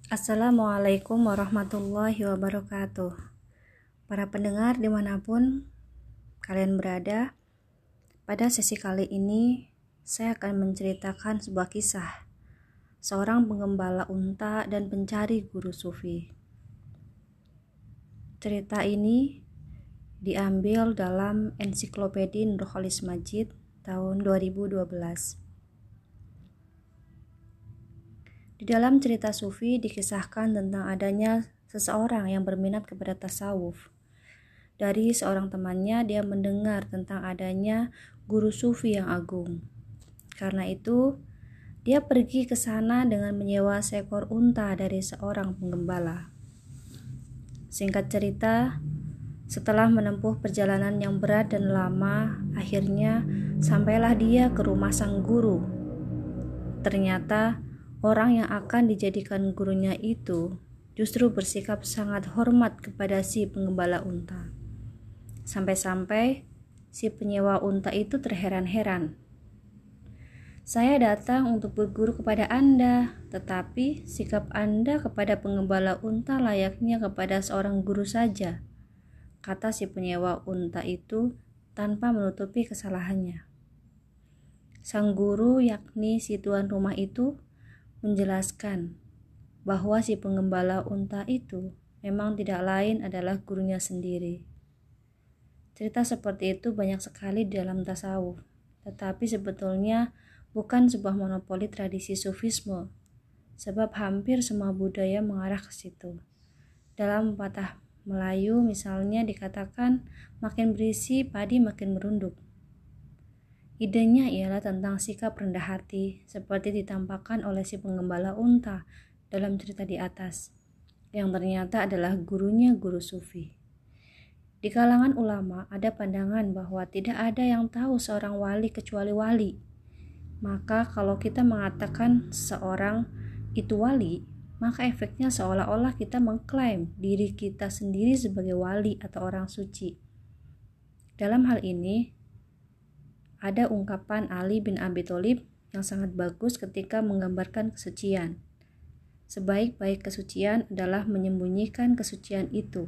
Assalamualaikum warahmatullahi wabarakatuh. Para pendengar dimanapun kalian berada, pada sesi kali ini saya akan menceritakan sebuah kisah seorang penggembala unta dan pencari guru sufi. Cerita ini diambil dalam Ensiklopedia Nurcholish Madjid tahun 2012. Di dalam cerita sufi dikisahkan tentang adanya seseorang yang berminat kepada tasawuf. Dari seorang temannya dia mendengar tentang adanya guru sufi yang agung. Karena itu, dia pergi ke sana dengan menyewa seekor unta dari seorang penggembala. Singkat cerita, setelah menempuh perjalanan yang berat dan lama, akhirnya sampailah dia ke rumah sang guru. Ternyata orang yang akan dijadikan gurunya itu justru bersikap sangat hormat kepada si penggembala unta. Sampai-sampai si penyewa unta itu terheran-heran. "Saya datang untuk berguru kepada Anda, tetapi sikap Anda kepada penggembala unta layaknya kepada seorang guru saja," kata si penyewa unta itu tanpa menutupi kesalahannya. Sang guru, yakni si tuan rumah itu, menjelaskan bahwa si penggembala unta itu memang tidak lain adalah gurunya sendiri. Cerita seperti itu banyak sekali di dalam tasawuf, tetapi sebetulnya bukan sebuah monopoli tradisi sufisme, sebab hampir semua budaya mengarah ke situ. Dalam pepatah Melayu misalnya dikatakan, makin berisi padi makin merunduk. Idenya ialah tentang sikap rendah hati seperti ditampakkan oleh si penggembala unta dalam cerita di atas, yang ternyata adalah gurunya guru sufi. Di kalangan ulama ada pandangan bahwa tidak ada yang tahu seorang wali kecuali wali. Maka kalau kita mengatakan seorang itu wali, maka efeknya seolah-olah kita mengklaim diri kita sendiri sebagai wali atau orang suci. Dalam hal ini, ada ungkapan Ali bin Abi Thalib yang sangat bagus ketika menggambarkan kesucian. Sebaik-baik kesucian adalah menyembunyikan kesucian itu.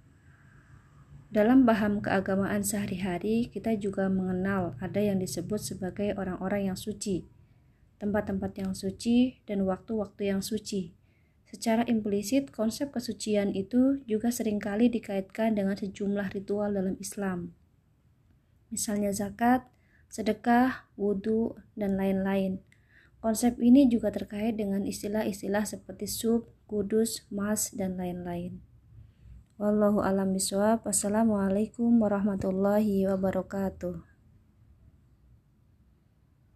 Dalam paham keagamaan sehari-hari, kita juga mengenal ada yang disebut sebagai orang-orang yang suci, tempat-tempat yang suci, dan waktu-waktu yang suci. Secara implisit, konsep kesucian itu juga seringkali dikaitkan dengan sejumlah ritual dalam Islam. Misalnya zakat, sedekah, wudhu, dan lain-lain. Konsep ini juga terkait dengan istilah-istilah seperti sub, kudus, mas, dan lain-lain. Wallahu a'lam bishawab. Wassalamualaikum warahmatullahi wabarakatuh.